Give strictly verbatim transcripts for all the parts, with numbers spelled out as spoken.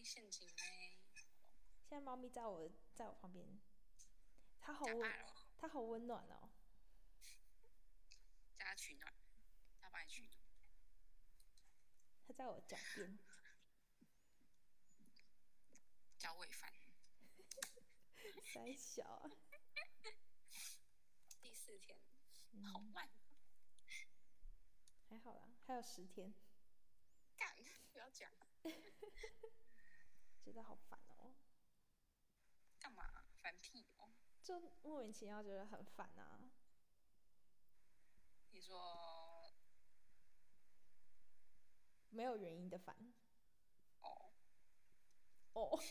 陷阱妹。 现在猫咪在我在我旁边，它好温，它好温暖哦。 叫它取暖，它帮你取暖。 它在我脚边。 脚尾饭。 三小啊。 第四天，好慢。 还好啦，还有十天。 干，不要讲。 觉得好烦哦。 干嘛？烦屁哦！ 就莫名其妙觉得很烦啊。 你说？ 没有原因的烦。 哦。 哦。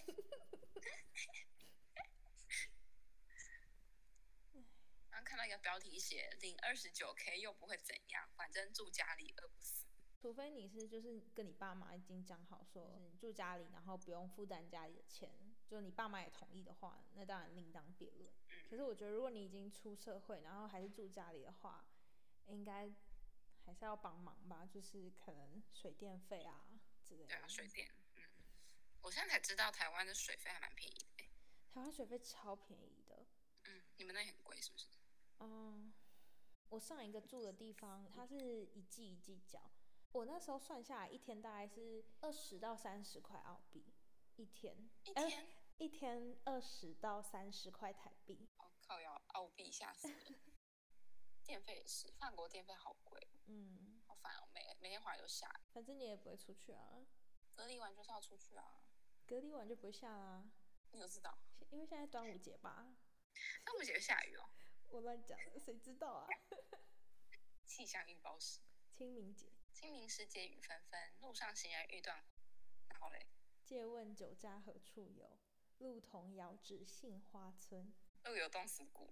刚看到一个标题写领二十九 K 又不会怎样，反正住家里饿不死。 除非你是就是跟你爸妈已经讲好说，就是你住家里，然后不用负担家里的钱，就你爸妈也同意的话，那当然另当别论。嗯、可是我觉得如果你已经出社会，然后还是住家里的话，应该还是要帮忙吧，就是可能水电费啊之类的。 对啊，水电，嗯，我现在才知道台湾的水费还蛮便宜的。 台湾水费超便宜的。 嗯，你们那很贵是不是？ 嗯，我上一个住的地方，它是一季一季缴。我那时候算下来，一天大概是二十到三十块澳币，一天。 一天？ 欸、一天二十到三十块台币。 好靠腰，澳币吓死了。电费也是，法国电费好贵。嗯，好烦哦，每每天回来都下。 反正你也不会出去啊。 隔离完就是要出去啊。 隔离完就不会下啦。 你有知道？ 因为现在端午节吧。 端午节下雨哦。 我乱讲的，谁知道啊？ 气象预报时。 清明节。 清明时节雨纷纷，路上行人欲断。然后嘞？ 借问酒家何处有？路同遥指杏花村。 路有冻死骨。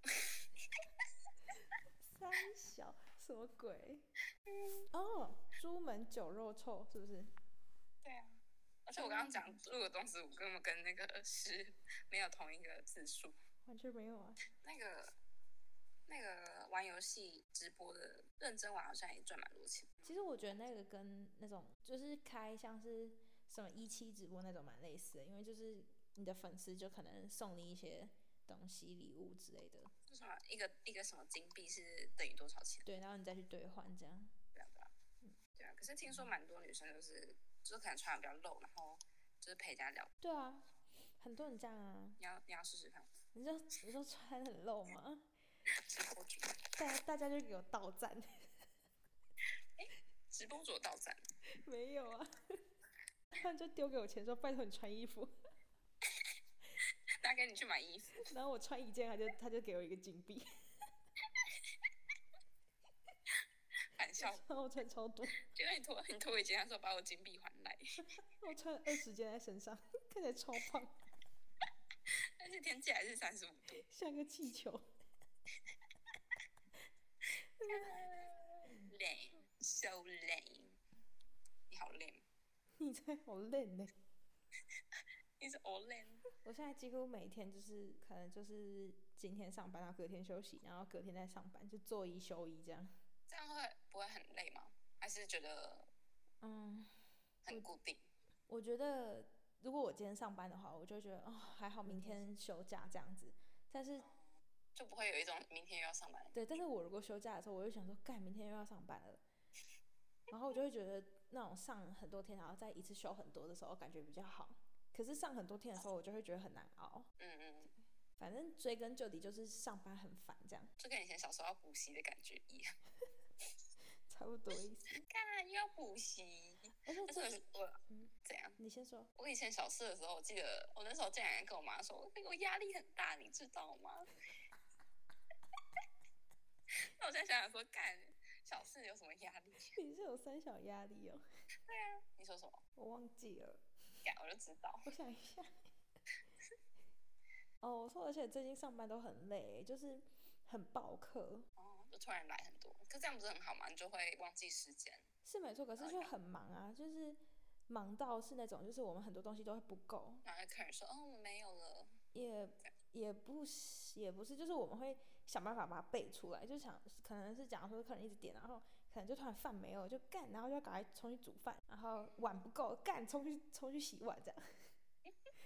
三小什么鬼？嗯、哦，朱门酒肉臭是不是？ 对啊，而且我刚刚讲路有冻死骨根本跟那个诗没有同一个字数。 完全没有啊。 那个那个玩游戏直播的认真玩好像也赚蛮多钱。 其实我觉得那个跟那种就是开像是什么一期直播那种蛮类似的，因为就是你的粉丝就可能送你一些东西礼物之类的。 是什么一个一个什么金币是等于多少钱？ 对，然后你再去兑换这样。 对啊对啊，嗯，对啊。可是听说蛮多女生都是就是可能穿的比较露，然后就是陪人家聊。 对啊，很多人这样啊。 你要你要试试看。 你说你说穿很露吗？ 直播主。 大大家就给我倒赞。 哎，直播主倒赞？ 没有啊。他们就丢给我钱说拜托你穿衣服。 拿给你去买衣服。 然后我穿一件，他就他就给我一个金币。 反笑。 然后我穿超多。 结果你脱你脱一件，他说把我金币还来。 我穿二十件在身上，看起来超胖。 但是天气还是三十五度， 像个气球。 lame so lame。你好 lame。 你才好累呢。 你是 all lame。 我现在几乎每天就是可能就是今天上班，然后隔天休息，然后隔天再上班，就做一休一这样。 这样会不会很累吗？还是觉得嗯很固定？ 我, 我觉得如果我今天上班的话，我就觉得哦还好，明天休假这样子。但是就不会有一种明天又要上班的。 对，但是我如果休假的时候，我就想说干明天又要上班了。然后我就会觉得那种上很多天，然后再一次休很多的时候，感觉比较好。可是上很多天的时候，我就会觉得很难熬。嗯嗯。反正追根究底就是上班很烦，这样。 就跟以前小时候要补习的感觉一样。 差不多意思。 干又要补习，而且这我嗯怎样？ 你先说。 我以前小四的时候，我记得我那时候竟然跟我妈说，我压力很大，你知道吗？那我现在想想说，干小四有什么压力？ 你是有三小压力哦。 对啊，你说什么？ 我忘记了。 干我就知道。 我想一下。哦，我说，而且最近上班都很累，就是很爆课。 哦，就突然来很多，可这样不是很好吗？你就会忘记时间。 是没错，可是就很忙啊，就是忙到是那种，就是我们很多东西都会不够。 然后客人说：“哦，我们没有了。” 也也不是，也不是，就是我们会想办法把它背出来，就想可能是假如说客人一直点，然后可能就突然饭没有，就干，然后就要赶快重新煮饭，然后碗不够，干，冲去冲去洗碗这样。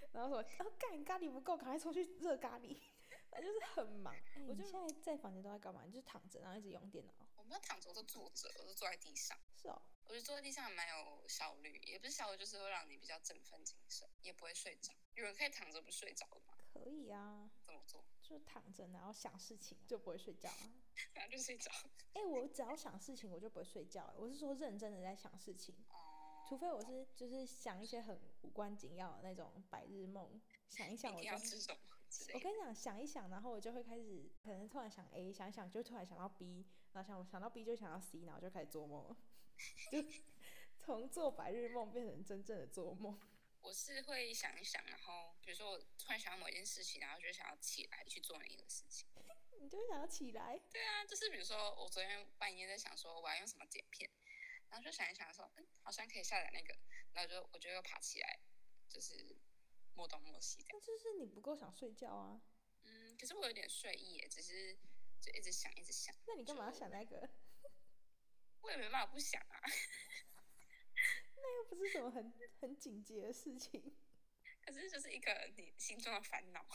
然后说哦干咖喱不够，赶快出去热咖喱。反正就是很忙。欸、我觉得你现在在房间都在干嘛？你就是躺着，然后一直用电脑。 我没有躺着，我都坐着，我都坐在地上。 是哦。 我觉得坐在地上还蛮有效率，也不是效率，就是会让你比较振奋精神，也不会睡着。有人可以躺着不睡着的吗？ 可以啊。 怎么做？ 就躺着，然后想事情，就不会睡觉啊。 然后就睡着。 哎、欸，我只要想事情，我就不会睡觉。我是说认真的在想事情。哦。除非我是就是想一些很无关紧要的那种白日梦，想一想我就。 你要吃什么？ 我跟你讲，想一想，然后我就会开始，可能突然想 A， 想一想就突然想到 B， 然后想想到 B 就想到 C， 然后就开始做梦，就从做白日梦变成真正的做梦。 我是会想一想，然后比如说我突然想到某一件事情，然后就想要起来去做那个事情。 你就会想要起来？ 对啊，就是比如说我昨天半夜在想说我要用什么剪片，然后就想一想说，嗯，好像可以下载那个，然后就我就又爬起来，就是摸东摸西的。 那就是你不够想睡觉啊。 嗯，可是我有点睡意耶，只是就一直想一直想。 那你干嘛要想那个？ 我也没办法不想啊。 那又不是什么很很紧急的事情。 可是就是一个你心中的烦恼。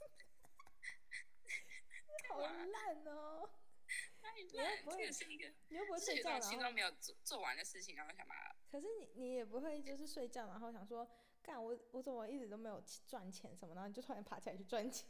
好烂哦！ 太烂，这个是一个你又不会睡觉，然后心中没有做做完的事情，然后想把它。 可是你你也不会就是睡觉，然后想说，干我我怎么一直都没有赚钱什么，然后你就突然爬起来去赚钱。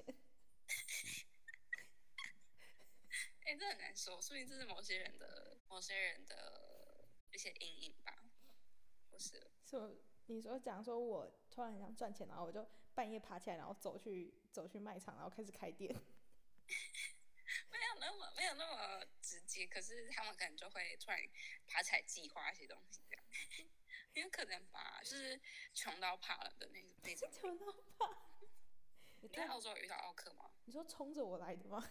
哎、欸，这很难说，说明这是某些人的某些人的一些阴影吧，不是？ 说你说讲说我突然很想赚钱，然后我就半夜爬起来，然后走去走去卖场，然后开始开店。 没有那么没有那么直接，可是他们可能就会突然爬起来计划一些东西，这样很有可能吧？就是穷到怕了的那那种。 穷到怕。 你在澳洲有遇到奥客吗？ 你说冲着我来的吗？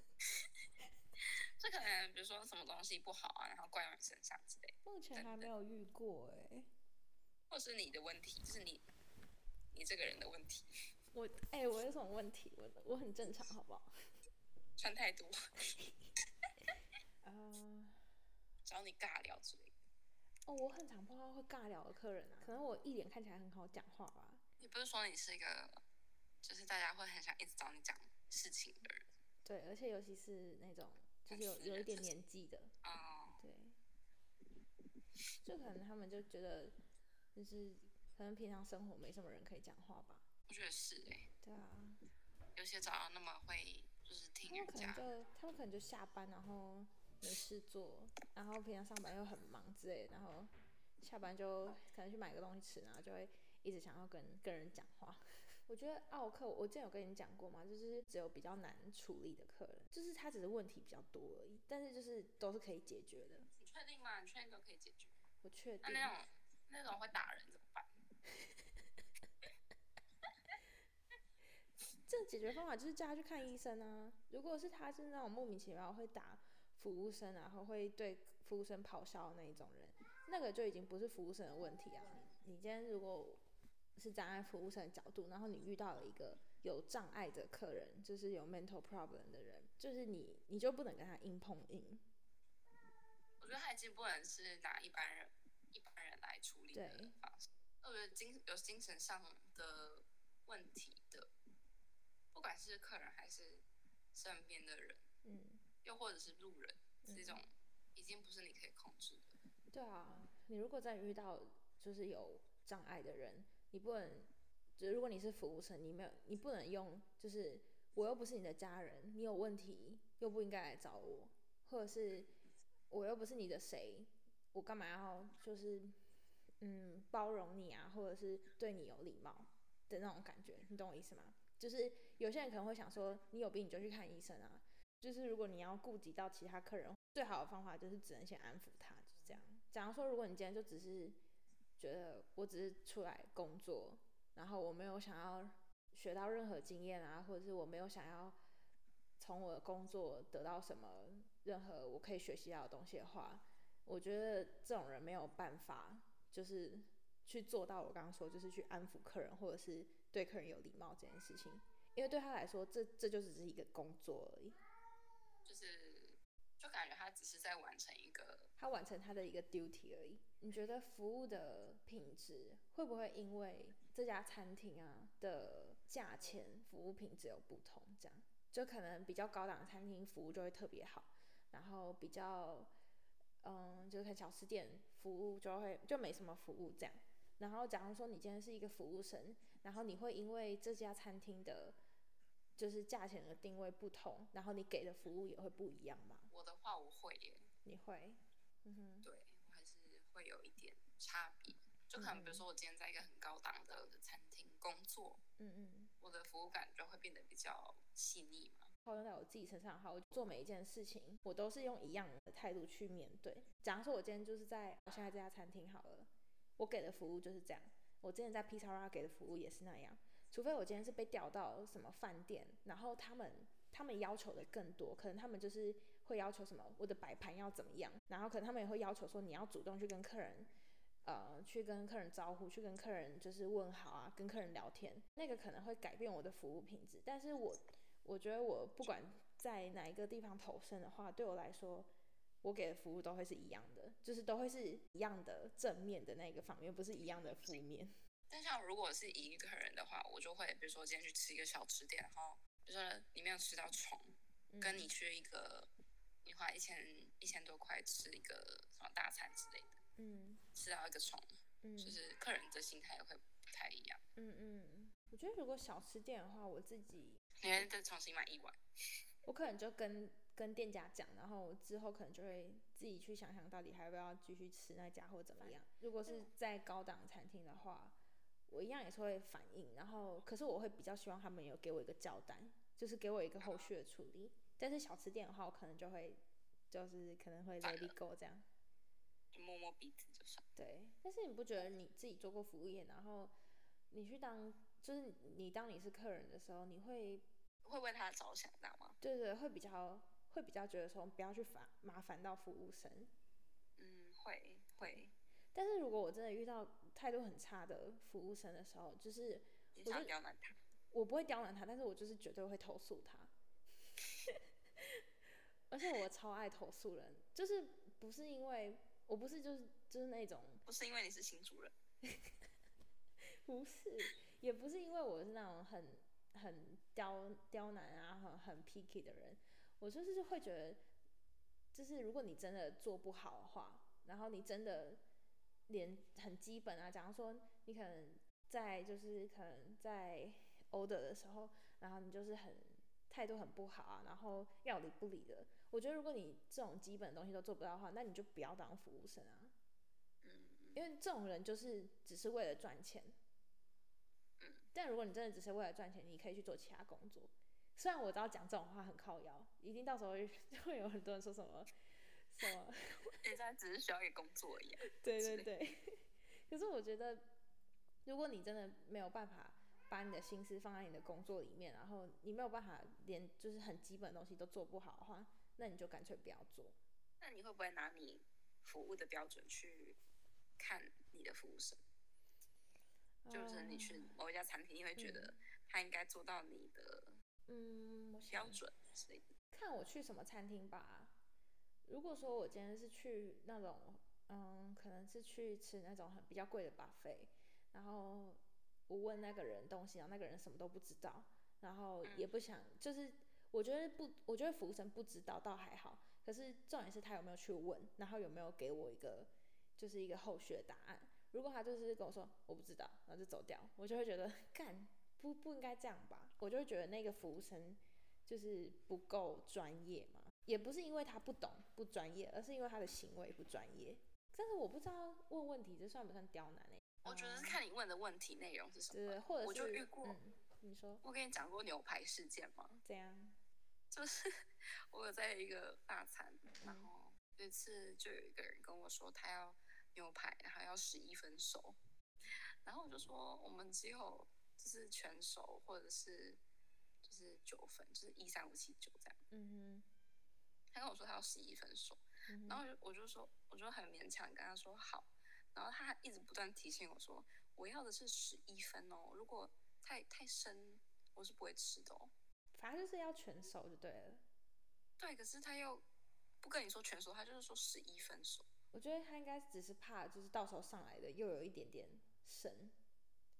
这可能比如说什么东西不好啊，然后怪到你身上之类的。 目前还没有遇过哎、欸。 或是你的问题，就是你你这个人的问题。 我哎、欸，我有什么问题？我我很正常，好不好？ 穿太多。 呃， 找你尬聊之类的。 哦，我很常碰到会尬聊的客人啊，可能我一脸看起来很好讲话吧。 你不是说你是一个，就是大家会很想一直找你讲事情的人。 对，而且尤其是那种就是有有一点年纪的。 哦。 对。就可能他们就觉得，就是可能平常生活没什么人可以讲话吧。 我觉得是哎、欸。 对啊。 有些找到那么会。就是听人家， 他们可能就他们可能就下班，然后没事做，然后平常上班又很忙之类的，然后下班就可能去买个东西吃，然后就会一直想要跟跟人讲话。我觉得奥客，我之前有跟你讲过嘛，就是只有比较难处理的客人，就是他只是问题比较多而已，但是就是都是可以解决的。 你确定吗？你确定都可以解决？ 我确定。 那那种那种会打人怎么办？ 这解决方法就是叫他去看医生啊。如果是他是那种莫名其妙会打服务生，然后会对服务生咆哮的那一种人，那个就已经不是服务生的问题啊。你今天如果是站在服务生的角度，然后你遇到了一个有障碍的客人，就是有 mental problem 的人，就是你你就不能跟他硬碰硬。 我觉得他已经不能是拿一般人一般人来处理的方式。我觉得精有精神上的问题的。不管是客人还是身边的人，嗯，又或者是路人，这种已经不是你可以控制的。 对啊，你如果再遇到就是有障碍的人，你不能，就是如果你是服务生，你没有，你不能用，就是我又不是你的家人，你有问题又不应该来找我，或者是我又不是你的谁，我干嘛要就是嗯包容你啊，或者是对你有礼貌的那种感觉，你懂我意思吗？就是有些人可能会想说，你有病你就去看医生啊。就是如果你要顾及到其他客人，最好的方法就是只能先安抚他，就是这样。假如说如果你今天就只是觉得我只是出来工作，然后我没有想要学到任何经验啊，或者是我没有想要从我的工作得到什么任何我可以学习到的东西的话，我觉得这种人没有办法就是去做到我刚刚说就是去安抚客人或者是对客人有礼貌这件事情，因为对他来说这这就只是一个工作而已， 就是就感觉他只是在完成一个他完成他的一个 duty 而已。你觉得服务的品质会不会因为这家餐厅啊的价钱、服务品质有不同，这样就可能比较高档的餐厅服务就会特别好，然后比较嗯，就是看小吃店服务就会就没什么服务这样。然后假如说你今天是一个服务生，然后你会因为这家餐厅的就是价钱的定位不同，然后你给的服务也会不一样吗？ 我的话我会耶。 你会？嗯哼。 对，我还是会有一点差别。就可能比如说我今天在一个很高档的餐厅工作，嗯嗯，我的服务感就会变得比较细腻嘛。 套用在我自己身上的话，我做每一件事情，我都是用一样的态度去面对。假如说我今天就是在我现在这家餐厅好了，我给的服务就是这样，我之前在 Pizza Hut 给的服务也是那样，除非我今天是被调到什么饭店，然后他们他们要求的更多，可能他们就是会要求什么我的摆盘要怎么样，然后可能他们也会要求说你要主动去跟客人呃，去跟客人招呼，去跟客人就是问好啊，跟客人聊天，那个可能会改变我的服务品质。但是我我觉得我不管在哪一个地方投身的话，对我来说，我给的服务都会是一样的，就是都会是一样的正面的那个方面，不是一样的负面。 但像如果是一个人的话，我就会比如说今天去吃一个小吃店，然后比如说你没有吃到虫，嗯、跟你去一个你花一千一千多块吃一个什么大餐之类的。嗯，吃到一个虫，嗯，就是客人的心态也会不太一样。 嗯嗯，我觉得如果小吃店的话，我自己你会再重新买一碗， 我可能就跟跟店家讲，然后之后可能就会自己去想想到底还要不要继续吃那家或怎么样。如果是在高档餐厅的话，我一样也是会反应，然后可是我会比较希望他们有给我一个交代，就是给我一个后续的处理。但是小吃店的话，我可能就会就是可能会 let it go 这样。 就摸摸鼻子就算。 对，但是你不觉得你自己做过服务业，然后你去当，就是你当你是客人的时候，你会会为他着想，知道吗？ 对对，会比较会比较觉得说不要去烦麻烦到服务生。 嗯，会会。 但是如果我真的遇到态度很差的服务生的时候，就是你想刁难他？ 我不会刁难他，但是我就是绝对会投诉他。而且我超爱投诉人，就是不是因为。我不是就是就是那种， 不是因为你是新主人， 不是，也不是因为我是那种很很刁刁难啊，很很 picky 的人，我就是会觉得，就是如果你真的做不好的话，然后你真的连很基本啊，假如说你可能在就是可能在 order 的时候，然后你就是很态度很不好啊，然后要理不理的。我觉得如果你这种基本的东西都做不到的话，那你就不要当服务生啊。嗯，因为这种人就是只是为了赚钱。嗯，但如果你真的只是为了赚钱，你可以去做其他工作。虽然我知道讲这种话很靠腰，一定到时候就会有很多人说什么什么， 人家只是需要一个工作而已。 对对对。可是我觉得，如果你真的没有办法把你的心思放在你的工作里面，然后你没有办法连就是很基本的东西都做不好的话，那你就干脆不要做。 那你会不会拿你服务的标准去看你的服务生？嗯、就是你去某一家餐厅，你会觉得他应该做到你的嗯标准之类的。 看我去什么餐厅吧。如果说我今天是去那种嗯，可能是去吃那种很比较贵的 buffet， 然后我问那个人东西，然后那个人什么都不知道，然后也不想，嗯、就是我觉得不，我觉得服务生不知道倒还好。可是重点是他有没有去问，然后有没有给我一个就是一个后续的答案。如果他就是跟我说我不知道，然后就走掉，我就会觉得干不不应该这样吧。我就会觉得那个服务生就是不够专业嘛，也不是因为他不懂不专业，而是因为他的行为不专业。但是我不知道问问题这算不算刁难欸？ 我觉得是看你问的问题内容是什么。 对，或者是我就遇过、 嗯，你说我跟你讲过牛排事件吗？ 怎样？ 就是我有在一个大餐，然后有一次就有一个人跟我说他要牛排，然后要十一分熟，然后我就说我们只有就是全熟或者是就是九分，就是一三五七九这样。嗯哼。他跟我说他要十一分熟，嗯、然后我就我就说我就很勉强跟他说好，然后他一直不断提醒我说我要的是十一分哦，如果太太生我是不会吃的哦。 反正就是要全熟就对了。 对，可是他又不跟你说全熟，他就是说十一分熟。 我觉得他应该只是怕，就是到时候上来的又有一点点生，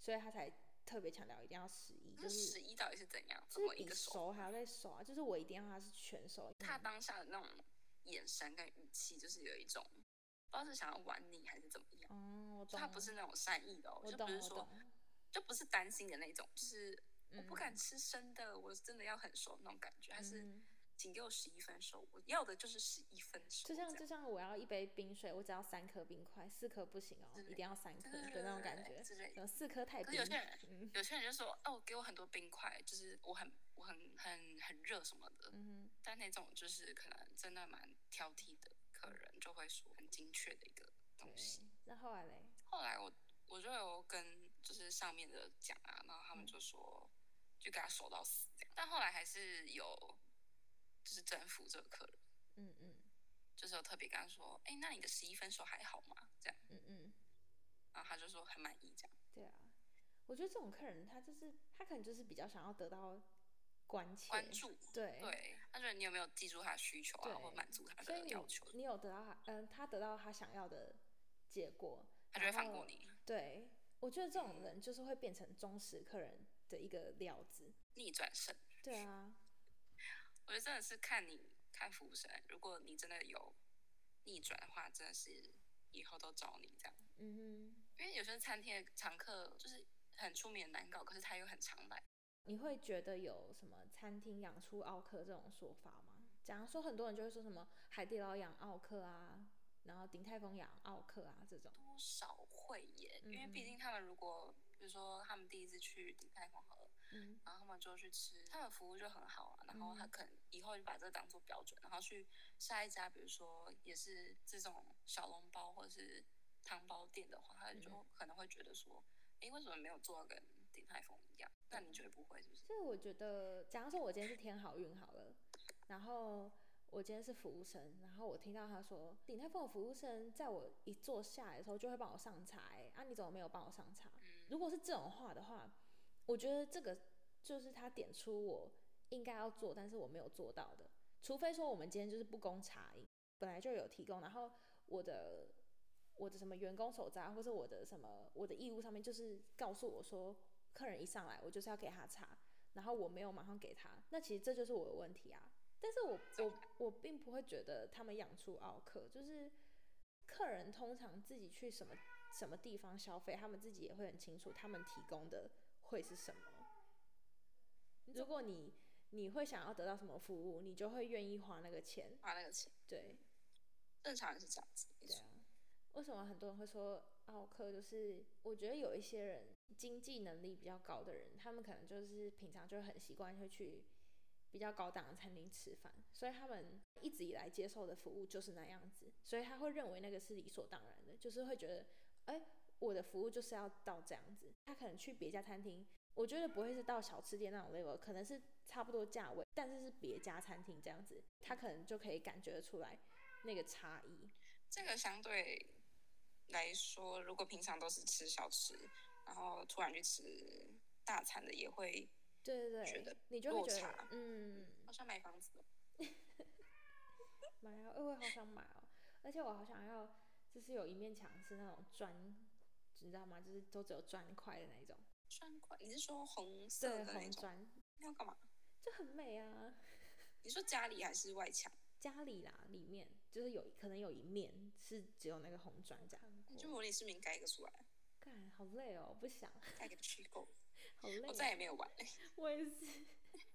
所以他才特别强调一定要十一。就是十一到底是怎样？ 就是比熟还要再熟啊！就是我一定要他是全熟。 他当下的那种眼神跟语气，就是有一种不知道是想要玩你还是怎么样。 哦，我懂。 他不是那种善意的哦，就不是说，就不是担心的那种，就是我不敢吃生的，嗯、我真的要很熟那种感觉。他是。嗯，请给我十一分熟，我要的就是十一分熟。 就像就像我要一杯冰水，我只要三颗冰块，四颗不行哦，一定要三颗的那种感觉。有四颗太冰。 有些人，嗯、有些人就说哦，给我很多冰块，就是我很我很很很热什么的。嗯、但那种就是可能真的蛮挑剔的客人，就会说很精确的一个东西。 那后来嘞？ 后来我我就有跟就是上面的讲啊，然后他们就说、嗯、就给他熟到死这样。但后来还是有。就是征服这个客人，嗯嗯，就是有特别跟他说，哎、欸，那你的十一分熟还好吗？这样，嗯嗯，然后他就说很满意这样。 对啊，我觉得这种客人他就是他可能就是比较想要得到关切、 关注， 对对，他觉得你有没有记住他的需求啊，或满足他的要求？ 你有得到他，嗯，他得到他想要的结果， 他就会放过你。 对，我觉得这种人就是会变成忠实客人的一个料子， 逆转胜。 对啊。 我觉得真的是看你看服务生，如果你真的有逆转的话，真的是以后都找你这样。嗯哼，因为有些餐厅的常客就是很出名的难搞，可是他又很常来。 你会觉得有什么餐厅养出奥客这种说法吗？假如说很多人就会说什么海底捞养奥客啊，然后鼎泰丰养奥客啊这种。 多少会耶，嗯、因为毕竟他们如果比如说他们第一次去鼎泰丰好了。嗯，然后他们就去吃，他们服务就很好啊，然后他可能以后就把这个当做标准，然后去下一家，比如说也是这种小笼包或者是汤包店的话，他就可能会觉得说，哎，为什么没有做到跟鼎泰丰一样？那你觉得不会是不是？ 所以我觉得，假如说我今天是天好运好了，然后我今天是服务生，然后我听到他说鼎泰丰的服务生在我一坐下来的时候就会帮我上茶，哎，啊你怎么没有帮我上茶？嗯、如果是这种话的话。我觉得这个就是他点出我应该要做，但是我没有做到的。除非说我们今天就是不供茶饮，本来就有提供，然后我的我的什么员工手札或者我的什么我的义务上面就是告诉我说，客人一上来我就是要给他茶，然后我没有马上给他，那其实这就是我的问题啊。但是我我我并不会觉得他们养出奥客，就是客人通常自己去什么什么地方消费，他们自己也会很清楚他们提供的会是什么。如果你你会想要得到什么服务，你就会愿意花那个钱。 花那个钱， 对， 正常人是这样子。 对啊，为什么很多人会说奥客？就是我觉得有一些人经济能力比较高的人，他们可能就是平常就很习惯会去比较高档的餐厅吃饭，所以他们一直以来接受的服务就是那样子，所以他会认为那个是理所当然的，就是会觉得，哎，我的服务就是要到这样子。他可能去别家餐厅，我觉得不会是到小吃店那种 level， 可能是差不多价位，但是是别家餐厅这样子，他可能就可以感觉得出来那个差异。 这个相对来说，如果平常都是吃小吃，然后突然去吃大餐的，也会对对对，你就会觉得嗯， 好想买房子。 买啊，我也好想买哦，而且我好想要，就是有一面墙是那种砖，你知道吗？就是都只有砖块的那一种。 砖块？你是说红色的那种？ 对，红砖。 那要干嘛？ 就很美啊。 你说家里还是外墙？ 家里啦，里面就是有可能有一面是只有那个红砖这样。 你就模拟市民盖一个出来。 干，好累哦，不想。 盖个虚构。 好累、啊。 我再也没有玩嘞。 我也是。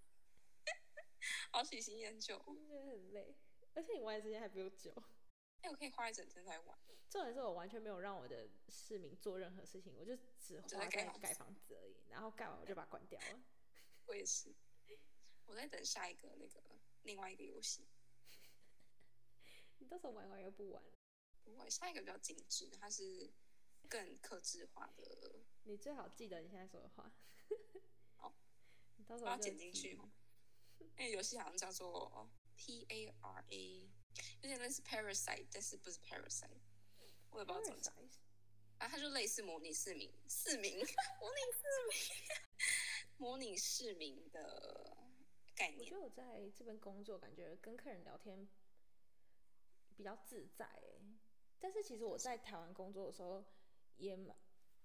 好喜新厌旧。 真的很累，而且你玩的时间还比我久。 哎、欸，我可以花一整天在玩。 重点是我完全没有让我的市民做任何事情，我就只花在盖房子而已，然后盖完我就把它关掉了。 我也是，我在等下一个那个另外一个游戏。 你到时候玩完又不玩？ 不会，下一个比较精致，它是更客制化的。 你最好记得你现在说的话。 好， 你到时候把它剪进去。那个游戏好像叫做 P A R A。有点类似 Parasite， 但是不是 Parasite， 我也不知道怎么讲。啊，它就类似模拟市民，市民，模拟市民，模拟市民的概念。 我觉得我在这边工作，感觉跟客人聊天比较自在哎。但是其实我在台湾工作的时候也蛮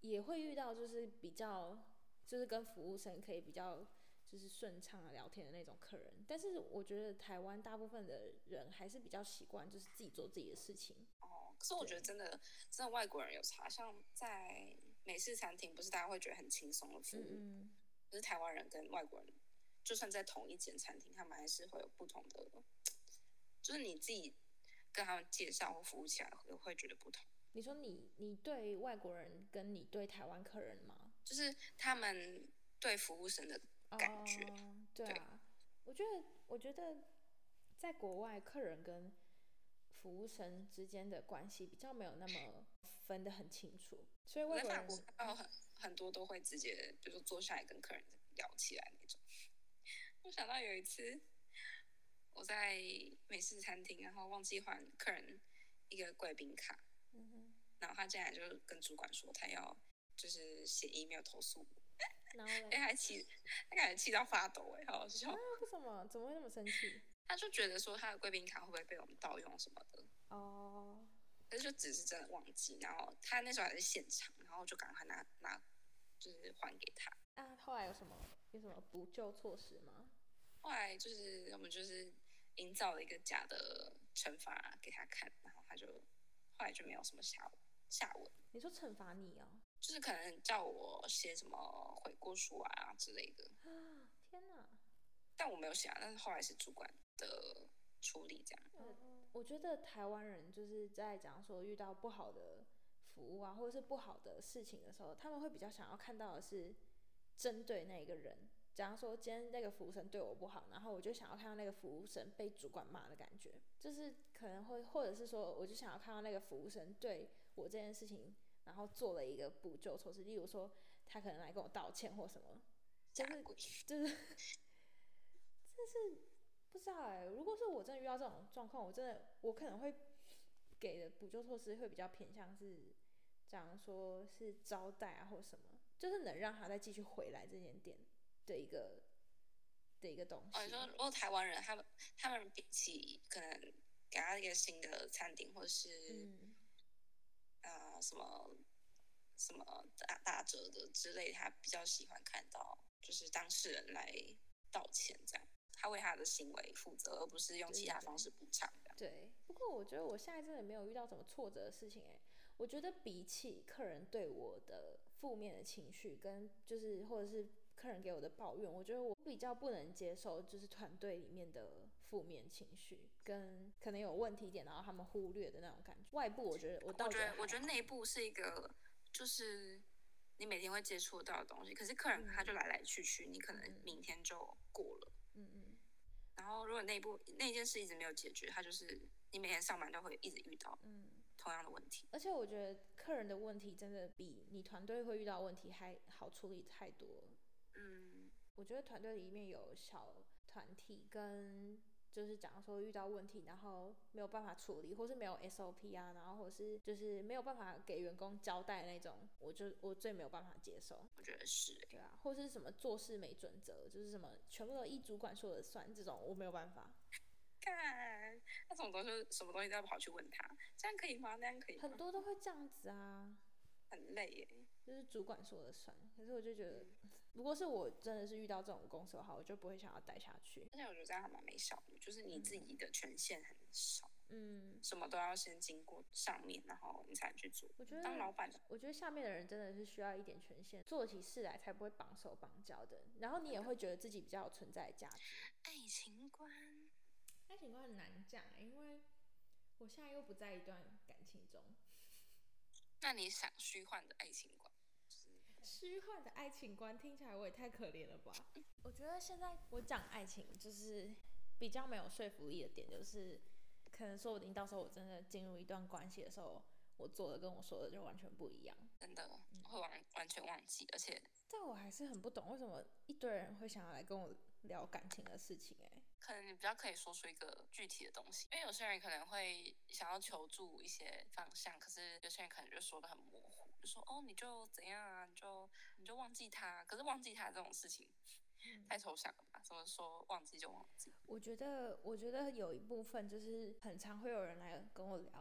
也会遇到就是比较就是跟服务生可以比较就是顺畅的聊天的那种客人，但是我觉得台湾大部分的人还是比较习惯就是自己做自己的事情。 哦，可是我觉得真的真的外国人有差，像在美式餐厅，不是大家会觉得很轻松的服务， 嗯嗯， 可是台湾人跟外国人，就算在同一间餐厅，他们还是会有不同的，就是你自己跟他们介绍或服务起来会会觉得不同。 你说你你对外国人跟你对台湾客人吗？ 就是他们对服务生的感觉。 哦，对啊，我觉得我觉得在国外客人跟服务生之间的关系比较没有那么分得很清楚，所以外国人在法国看到很很多都会直接，比如说坐下来跟客人聊起来那种。我想到有一次我在美式餐厅，然后忘记还客人一个贵宾卡， 嗯哼， 然后他进来就跟主管说他要就是写 email 投诉我， 然后嘞， 哎，还气，他感觉气到发抖，哎，好好笑。 啊，为什么？怎么会那么生气？ 他就觉得说他的贵宾卡会不会被我们盗用什么的， 哦， 可是就只是真的忘记，然后他那时候还在现场，然后就赶快拿拿，就是还给他。 啊，后来有什么有什么补救措施吗？ 后来就是我们就是营造了一个假的惩罚给他看，然后他就后来就没有什么下下文。 你说惩罚你哦？ 就是可能叫我写什么悔过书啊之类的， 啊，天哪！ 但我没有写啊，但是后来是主管的处理这样。 嗯，我觉得台湾人就是在讲说遇到不好的服务啊，或者是不好的事情的时候，他们会比较想要看到的是针对那一个人。假如说今天那个服务生对我不好，然后我就想要看到那个服务生被主管骂的感觉，就是可能会，或者是说，我就想要看到那个服务生对我这件事情，然后做了一个补救措施，例如说他可能来跟我道歉或什么，就是就是，真是不知道哎、欸。如果是我真的遇到这种状况，我真的我可能会给的补救措施会比较偏向是，假如说是招待啊或什么，就是能让他再继续回来这间店的一个的一个东西。 哦，你说如果台湾人他们他们比起可能给他一个新的餐点或是、嗯、呃什么什么打打折的之类，他比较喜欢看到就是当事人来道歉这样。他为他的行为负责，而不是用其他方式补偿。 对，不过我觉得我现在真的没有遇到什么挫折的事情哎、欸。我觉得比起客人对我的负面的情绪，跟就是或者是客人给我的抱怨，我觉得我比较不能接受就是团队里面的负面情绪，跟可能有问题点，然后他们忽略的那种感觉。外部我觉得我倒觉得我觉得内部是一个就是你每天会接触到的东西，可是客人他就来来去去，嗯、你可能明天就过了。嗯嗯。然后如果内部那件事一直没有解决，他就是你每天上班都会一直遇到同样的问题。 而且我觉得客人的问题真的比你团队会遇到问题还好处理太多了。嗯，我觉得团队里面有小团体跟就是假如说遇到问题，然后没有办法处理，或是没有 S O P 啊，然后或是就是没有办法给员工交代那种，我就我最没有办法接受。 我觉得是、欸， 对啊，或是什么做事没准则，就是什么全部都依主管说了算，这种我没有办法。 看，那种东西什么东西都要跑去问他，这样可以吗？那样可以吗？ 很多都会这样子啊， 很累耶。 就是主管说了算，可是我就觉得。嗯，如果是我真的是遇到这种公司的话，我就不会想要待下去。 而且我觉得这样还蛮没效率，就是你自己的权限很少，嗯，什么都要先经过上面，然后你才能去做。 我觉得当老板， 我觉得下面的人真的是需要一点权限，做起事来才不会绑手绑脚的，然后你也会觉得自己比较有存在的价值。 爱情观， 爱情观很难讲，因为我现在又不在一段感情中。 那你想虚幻的爱情观？ 虚幻的爱情观听起来我也太可怜了吧。我觉得现在我讲爱情就是比较没有说服力的点，就是可能说不定到时候我真的进入一段关系的时候，我做的跟我说的就完全不一样， 真的会完完全忘记。而且但我还是很不懂为什么一堆人会想要来跟我聊感情的事情。哎， 可能你比较可以说出一个具体的东西，因为有些人可能会想要求助一些方向，可是有些人可能就说的很模糊，就说哦你就怎样啊，你就你就忘记他，可是忘记他这种事情、嗯、太抽象了吧？怎么说忘记就忘记？ 我觉得我觉得有一部分就是很常会有人来跟我聊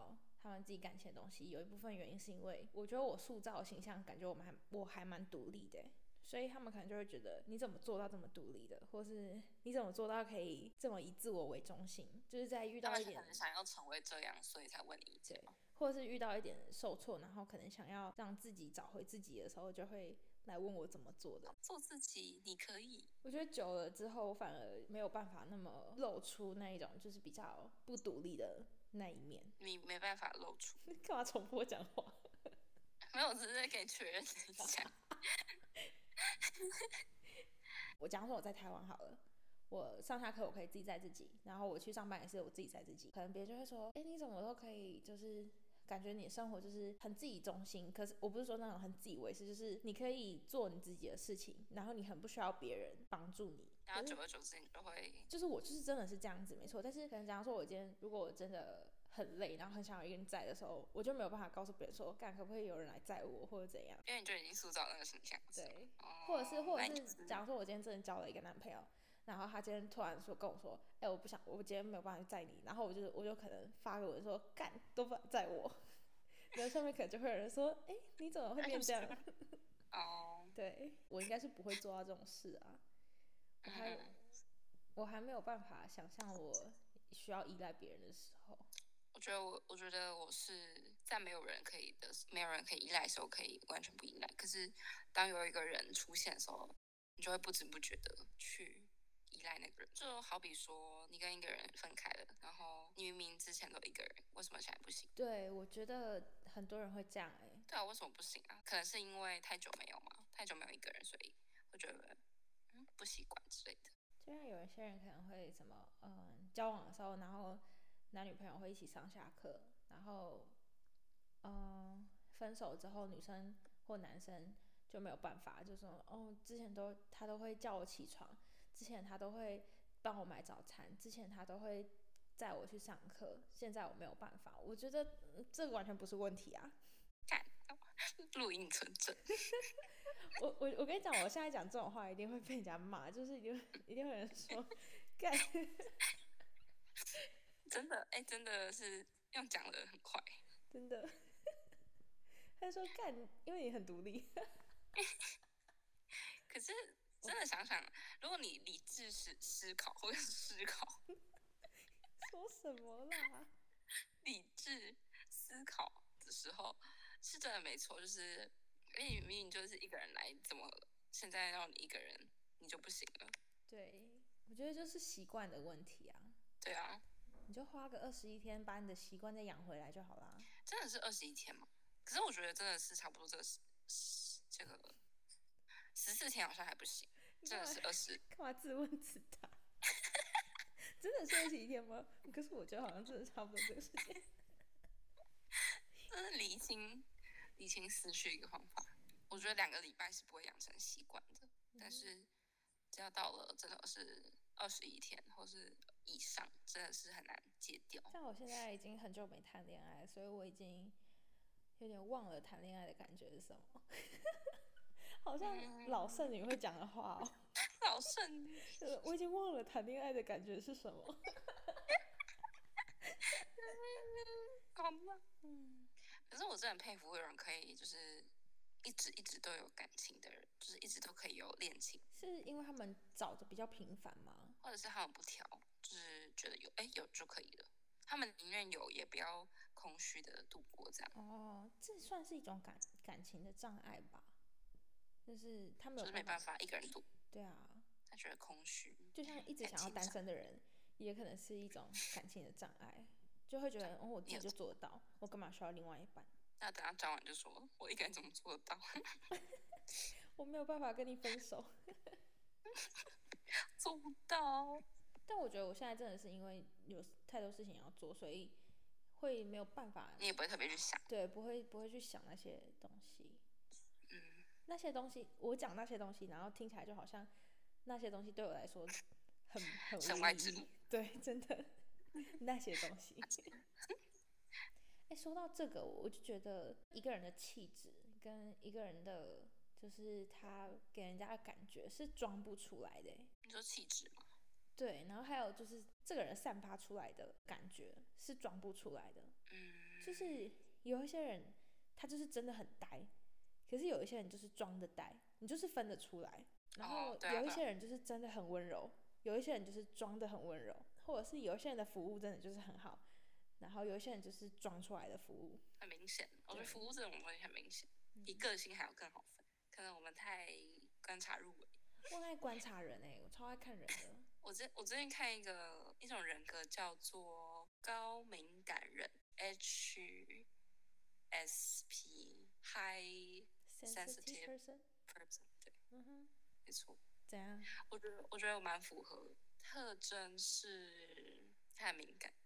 他们自己感情的东西，有一部分原因是因为我觉得我塑造的形象，感觉我们还我还蛮独立的，所以他们可能就会觉得你怎么做到这么独立的，或是你怎么做到可以这么以自我为中心，就是在遇到一点他们可能想要成为这样，所以才问你意见， 或者是遇到一点受挫，然后可能想要让自己找回自己的时候，就会来问我怎么做的。 做自己，你可以。 我觉得久了之后，我反而没有办法那么露出那一种就是比较不独立的那一面。 你没办法露出。 干嘛重复我讲话？ 没有，我只是在给你确认一下。 我假如说我在台湾好了，我上下课我可以自己载自己，然后我去上班也是我自己载自己，可能别人就会说，哎，你怎么都可以就是感觉你的生活就是很自己中心，可是我不是说那种很自以为是，就是你可以做你自己的事情，然后你很不需要别人帮助你， 然后久而久之你就会， 就是我就是真的是这样子没错，但是可能假如说我今天如果我真的很累，然后很想要一个人载的时候，我就没有办法告诉别人说，干可不可以有人来载我或者怎样， 因为你就已经塑造那个形象。 对， 哦、 或者是或者是假如说我今天真的交了一个男朋友，然后他今天突然说跟我说，哎、欸，我不想，我今天没有办法去载你，然后我就我就可能发个文说，干都不载我，然后上面可能就会有人说，哎、欸，你怎么会变这样？ 哦， 对，我应该是不会做到这种事啊，我还、嗯、我还没有办法想象我需要依赖别人的时候。 我觉得我，我觉得我是在没有人可以的，没有人可以依赖的时候，可以完全不依赖。可是当有一个人出现的时候，你就会不知不觉的去依赖那个人。就好比说，你跟一个人分开了，然后你明明之前都一个人，为什么现在不行？ 对，我觉得很多人会这样哎、欸。 对啊，为什么不行啊？可能是因为太久没有嘛，太久没有一个人，所以会觉得嗯不习惯之类的。 就像有一些人可能会什么，嗯，交往的时候，然后男女朋友会一起上下课，然后，嗯，分手之后，女生或男生就没有办法，就说哦，之前都他都会叫我起床，之前他都会帮我买早餐，之前他都会载我去上课，现在我没有办法。我觉得、嗯、这个完全不是问题啊。 干，录音存证。 我我我跟你讲，我现在讲这种话一定会被人家骂，就是一定一定会有人说，干， 真的哎、欸，真的是用讲的很快， 真的。他说干，因为你很独立。 可是真的想想，如果你理智思思考或者思考， 说什么啦？ 理智思考的时候是真的没错，就是因为你明明就是一个人来，怎么现在让你一个人你就不行了？ 对，我觉得就是习惯的问题啊。 对啊， 你就花个二十一天把你的习惯再养回来就好啦。 真的是二十一天吗？可是我觉得真的是差不多这个这个十四天好像还不行，真的是二十。 干嘛自问自答？真的是二十一天吗？可是我觉得好像真的差不多这个时间。 这是理清理清思绪一个方法。我觉得两个礼拜是不会养成习惯的，嗯、但是只要到了真的是二十一天或是以上，真的是很难戒掉。 像我现在已经很久没谈恋爱，所以我已经有点忘了谈恋爱的感觉是什么。好像老剩女会讲的话哦。 老剩女， 我已经忘了谈恋爱的感觉是什么。 好吗？嗯。可是我真的很佩服有人可以就是一直一直都有感情的人，就是一直都可以有恋情。 是因为他们找的比较频繁吗？ 或者是他们不挑，就是觉得有哎有就可以了。他们宁愿有，也不要空虚的度过这样。 哦，这算是一种感感情的障碍吧。就是他们就是没办法一个人度。 对啊， 他觉得空虚。 就像一直想要单身的人，也可能是一种感情的障碍，就会觉得哦，我自己就做得到，我干嘛需要另外一半？ 那等他讲完就说，我一个人怎么做得到？ 我没有办法跟你分手。 做不到。 但我觉得我现在真的是因为有太多事情要做，所以会没有办法。 你也不会特别去想。 对，不会不会去想那些东西。 嗯。 那些东西，我讲那些东西，然后听起来就好像那些东西对我来说很很身外之物。 对，真的那些东西。哎，说到这个，我就觉得一个人的气质跟一个人的，就是他给人家的感觉是装不出来的。 你说气质吗？ 对，然后还有就是这个人散发出来的感觉是装不出来的。 嗯。 就是有一些人他就是真的很呆，可是有一些人就是装的呆，你就是分得出来。然后有一些人就是真的很温柔，有一些人就是装的很温柔，或者是有一些人的服务真的就是很好，然后有一些人就是装出来的服务， 很明显。我觉得服务这种东西很明显，比个性还要更好分。可能我们太观察入微。 我爱观察人哎、欸，我超爱看人的。 我最我最近看一个一种人格叫做高敏感人 ，H S P High Sensitive Person， 对， 嗯哼， 没错。 怎样？ 我觉得我觉得我蛮符合，特征是太敏感。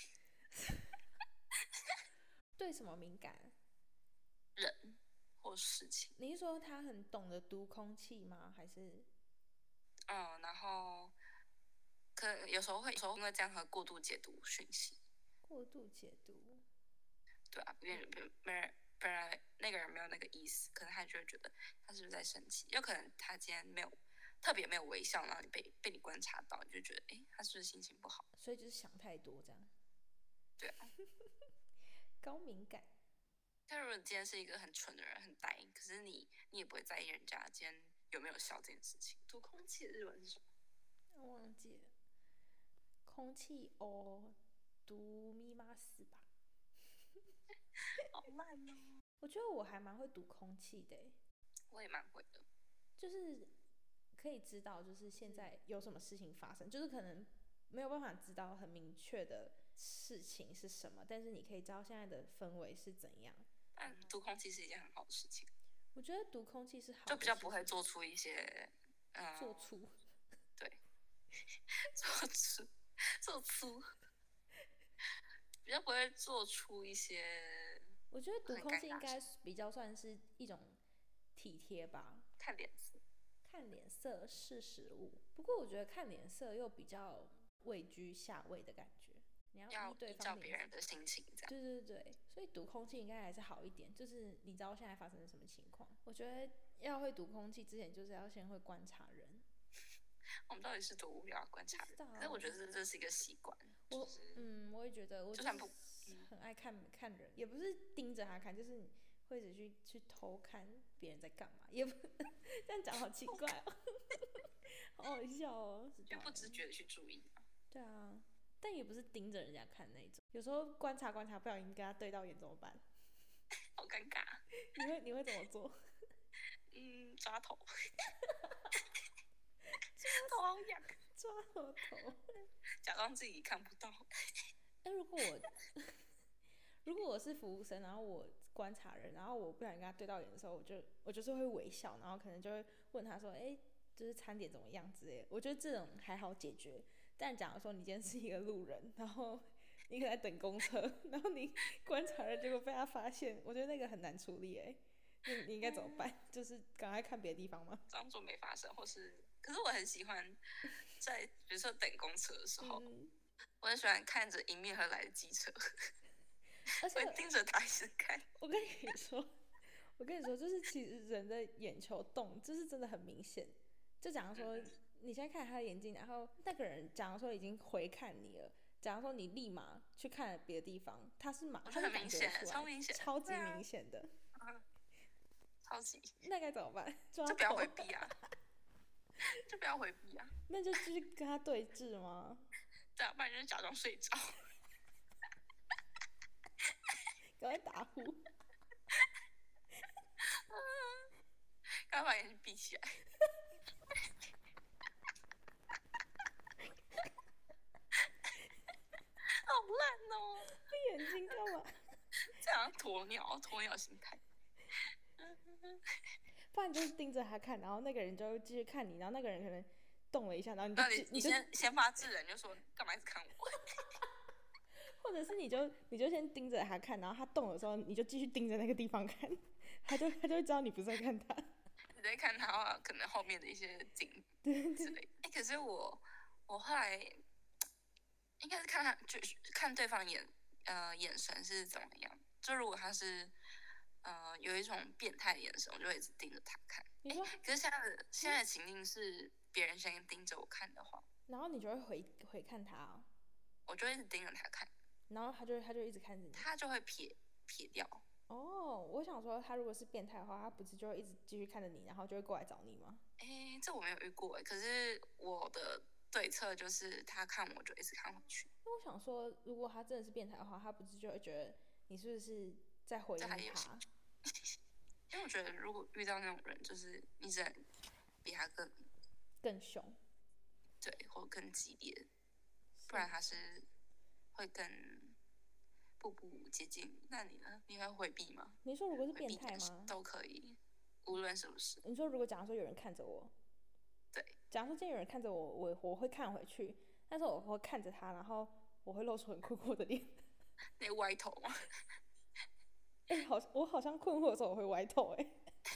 对什么敏感？ 人或事情。 你是说他很懂得读空气吗？还是？ 嗯，然后可能有时候会，有时候因为这样会过度解读讯息。 过度解读。 对啊，别人别人本来那个人没有那个意思，可能他就会觉得他是不是在生气？有可能他今天没有特别没有微笑，然后你被被你观察到，你就觉得哎，他是不是心情不好？ 所以就是想太多这样。 对啊。 高敏感。 但如果你今天是一个很蠢的人，很呆，可是你你也不会在意人家今天有没有笑这件事情。读空气的日文是什么？ 我忘记了。空气哦，读咪妈死吧。 好烂哦！ 我觉得我还蛮会读空气的。 我也蛮会的。 就是可以知道，就是现在有什么事情发生，就是可能没有办法知道很明确的事情是什么，但是你可以知道现在的氛围是怎样。 但读空气是一件很好的事情。 我觉得读空气是好的， 就比较不会做出一些，嗯， 做出， 对，做出，做出，比较不会做出一些。 我觉得读空气应该比较算是一种体贴吧， 看脸色， 看脸色识时务。不过我觉得看脸色又比较位居下位的感觉。你要依对方别人的心情，这样。 对对对，所以读空气应该还是好一点，就是你知道现在发生什么情况。我觉得要会读空气之前，就是要先会观察人。 我们到底是多无聊观察人？可是我觉得这是一个习惯。 我、 就是、 嗯，我也觉得，我就算不很爱看看人，也不是盯着他看，就是会只去去偷看别人在干嘛，也不这样讲好奇怪哦，好好笑哦， 就不自觉的去注意。 对啊。但也不是盯着人家看那种，有时候观察观察，不小心跟他对到眼怎么办？ 好尴尬。 你会你会怎么做？ 嗯，抓头。头好痒。 抓我头。 假装自己看不到。 哎、如果我如果我是服务生，然后我观察人，然后我不小心跟他对到眼的时候，我就我就是会微笑，然后可能就会问他说：“哎、欸，就是餐点怎么样之类的。”我觉得这种还好解决。但假如说你今天是一个路人，然后你可能在等公车，然后你观察了，结果被他发现，我觉得那个很难处理哎。你你应该怎么办？就是赶快看别的地方吗？ 装作没发生，或是……可是我很喜欢在比如说等公车的时候，嗯、我很喜欢看着迎面而来的机车，而且我会盯着他一直看。 我跟你说，我跟你说，就是其实人的眼球动，这是真的很明显。就假如说。嗯你现在看他的眼睛，然后那个人假如说已经回看你了，假如说你立马去看别的地方，他是马，他是感觉出来， 超明显， 超级明显的， 啊、超级。 那该怎么办？ 就不要回避啊，就不要回避啊。 那就继续跟他对峙吗？ 对啊，不然就是假装睡着， 赶快打呼， 赶快把眼睛闭起来。好烂哦！ 闭眼睛干嘛？ 这样鸵鸟，鸵鸟心态。 不然就是盯着他看，然后那个人就继续看你，然后那个人可能动了一下，然后你就那你你先先发制人，就说干嘛一直看我？ 或者是你就你就先盯着他看，然后他动的时候，你就继续盯着那个地方看，他就他就会知道你不是在看他。 你在看他的话，可能后面的一些景之类的。哎、欸，可是我我后来。应该是看他，就是看对方眼，呃，眼神是怎么样。就如果他是，呃，有一种变态的眼神，我就会一直盯着他看。 你说， 可是现在的现在的情境是别人先盯着我看的话， 然后你就会回回看他、哦， 我就一直盯着他看。 然后他就他就一直看着你， 他就会撇撇掉。 哦，我想说，他如果是变态的话，他不是就会一直继续看着你，然后就会过来找你吗？ 哎，这我没有遇过哎，可是我的对策就是他看我就一直看回去。 那我想说，如果他真的是变态的话，他不是就会觉得你是不是在回应他？ 因为我觉得如果遇到那种人，就是你只能比他更更凶， 对，或更激烈，不然他是会更步步接近。那你呢？你会回避吗？ 你说如果是变态吗？ 都可以，无论是不是。 你说如果假如说有人看着我， 对， 假如说今天有人看着我，我我会看回去，但是我会看着他，然后我会露出很困惑的脸。 那歪头吗？ 哎、欸，好，我好像困惑的时候我会歪头哎、欸，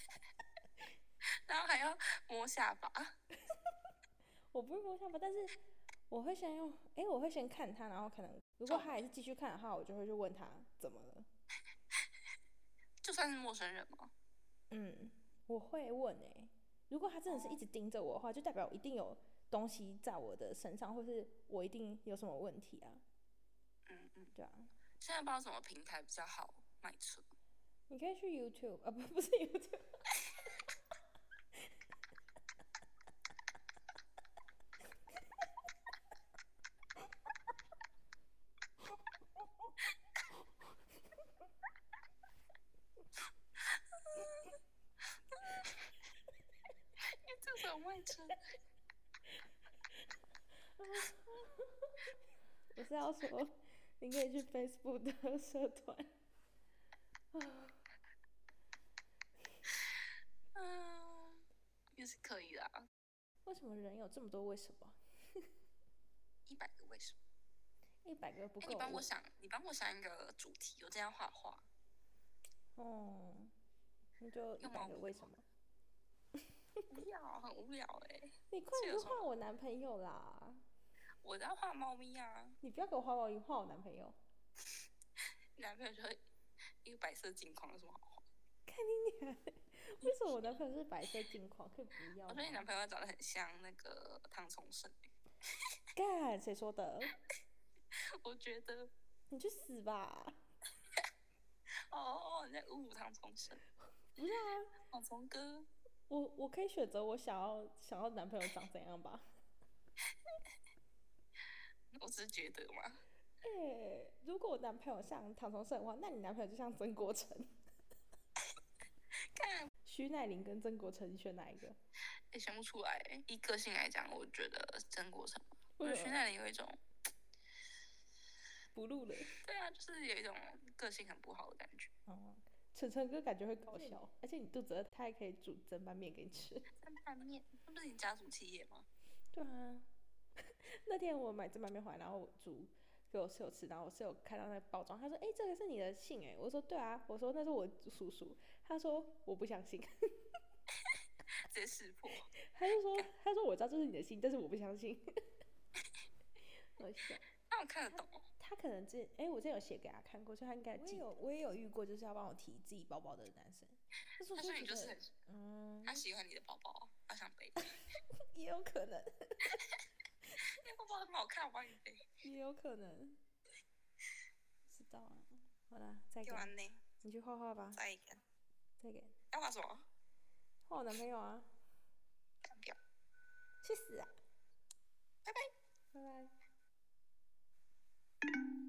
然后还要摸下巴。 我不会摸下巴，但是我会先用，哎、欸，我会先看他，然后可能如果他还是继续看的话，我就会去问他怎么了。 就算是陌生人吗？ 嗯，我会问哎、欸，如果他真的是一直盯着我的话，就代表一定有东西在我的身上，或是我一定有什么问题啊。 嗯嗯， 对啊。 现在不知道什么平台比较好买车。 你可以去 YouTube 啊，不不是 YouTube 。 你这种卖车。 我是要说，你可以去 Facebook 的社团。 嗯，也是可以的。 为什么人有这么多为什么？ 一百个为什么？ 一百个不够。 你帮我想，你帮我想一个主题，我这样画画。 哦，那就一百个为什么？ 无聊，很无聊哎、欸。 你快点画我男朋友啦！ 我在画猫咪啊！ 你不要给我画猫咪，画我男朋友。 你男朋友就一个白色镜框有什么好画？ 看你脸，为什么我男朋友是白色镜框？可以不要吗？ 我觉得你男朋友长得很像那个汤崇盛。 干，谁说的？ 我觉得。 你去死吧！ 哦，你在侮辱汤崇盛？ 不是啊， 汤崇哥。 我我可以选择我想要想要男朋友长怎样吧？ 我只是觉得嘛。 哎、欸，如果我男朋友像唐崇盛的话，那你男朋友就像曾国成。 看徐乃麟跟曾国成，你选哪一个？ 也选不出来。以个性来讲，我觉得曾国成。我觉得徐乃麟有一种不录了。 对啊，就是有一种个性很不好的感觉。 哦，晨晨哥感觉会搞笑，而且你肚子饿，他还可以煮蒸拌面给你吃。 蒸拌面，那不是你家族企业吗？ 对啊。那天我买蒸拌面回来，然后我煮给我室友吃，然后我室友看到那个包装，他说：“哎、欸，这个是你的姓哎。”我说：“对啊。”我说：“那是我叔叔。”他说：“我不相信。” 直接识破。 他就说：“他说我知道这是你的姓，但是我不相信。”我笑。 那我看得懂。 他可能之哎、欸，我之前有写给他看过，所以他应该记得。我有我也有遇过，就是要帮我提自己包包的男生。 他说你就是很， 嗯， 他喜欢你的包包，他想背。 也有可能。 那包包很好看，我帮你背。 也有可能。知道啊。好啦，再给。 完呢。 你去画画吧。 再一个。 再给。 要画什么？ 画我男朋友啊。 看表。 去死啊！ 拜拜。 拜拜。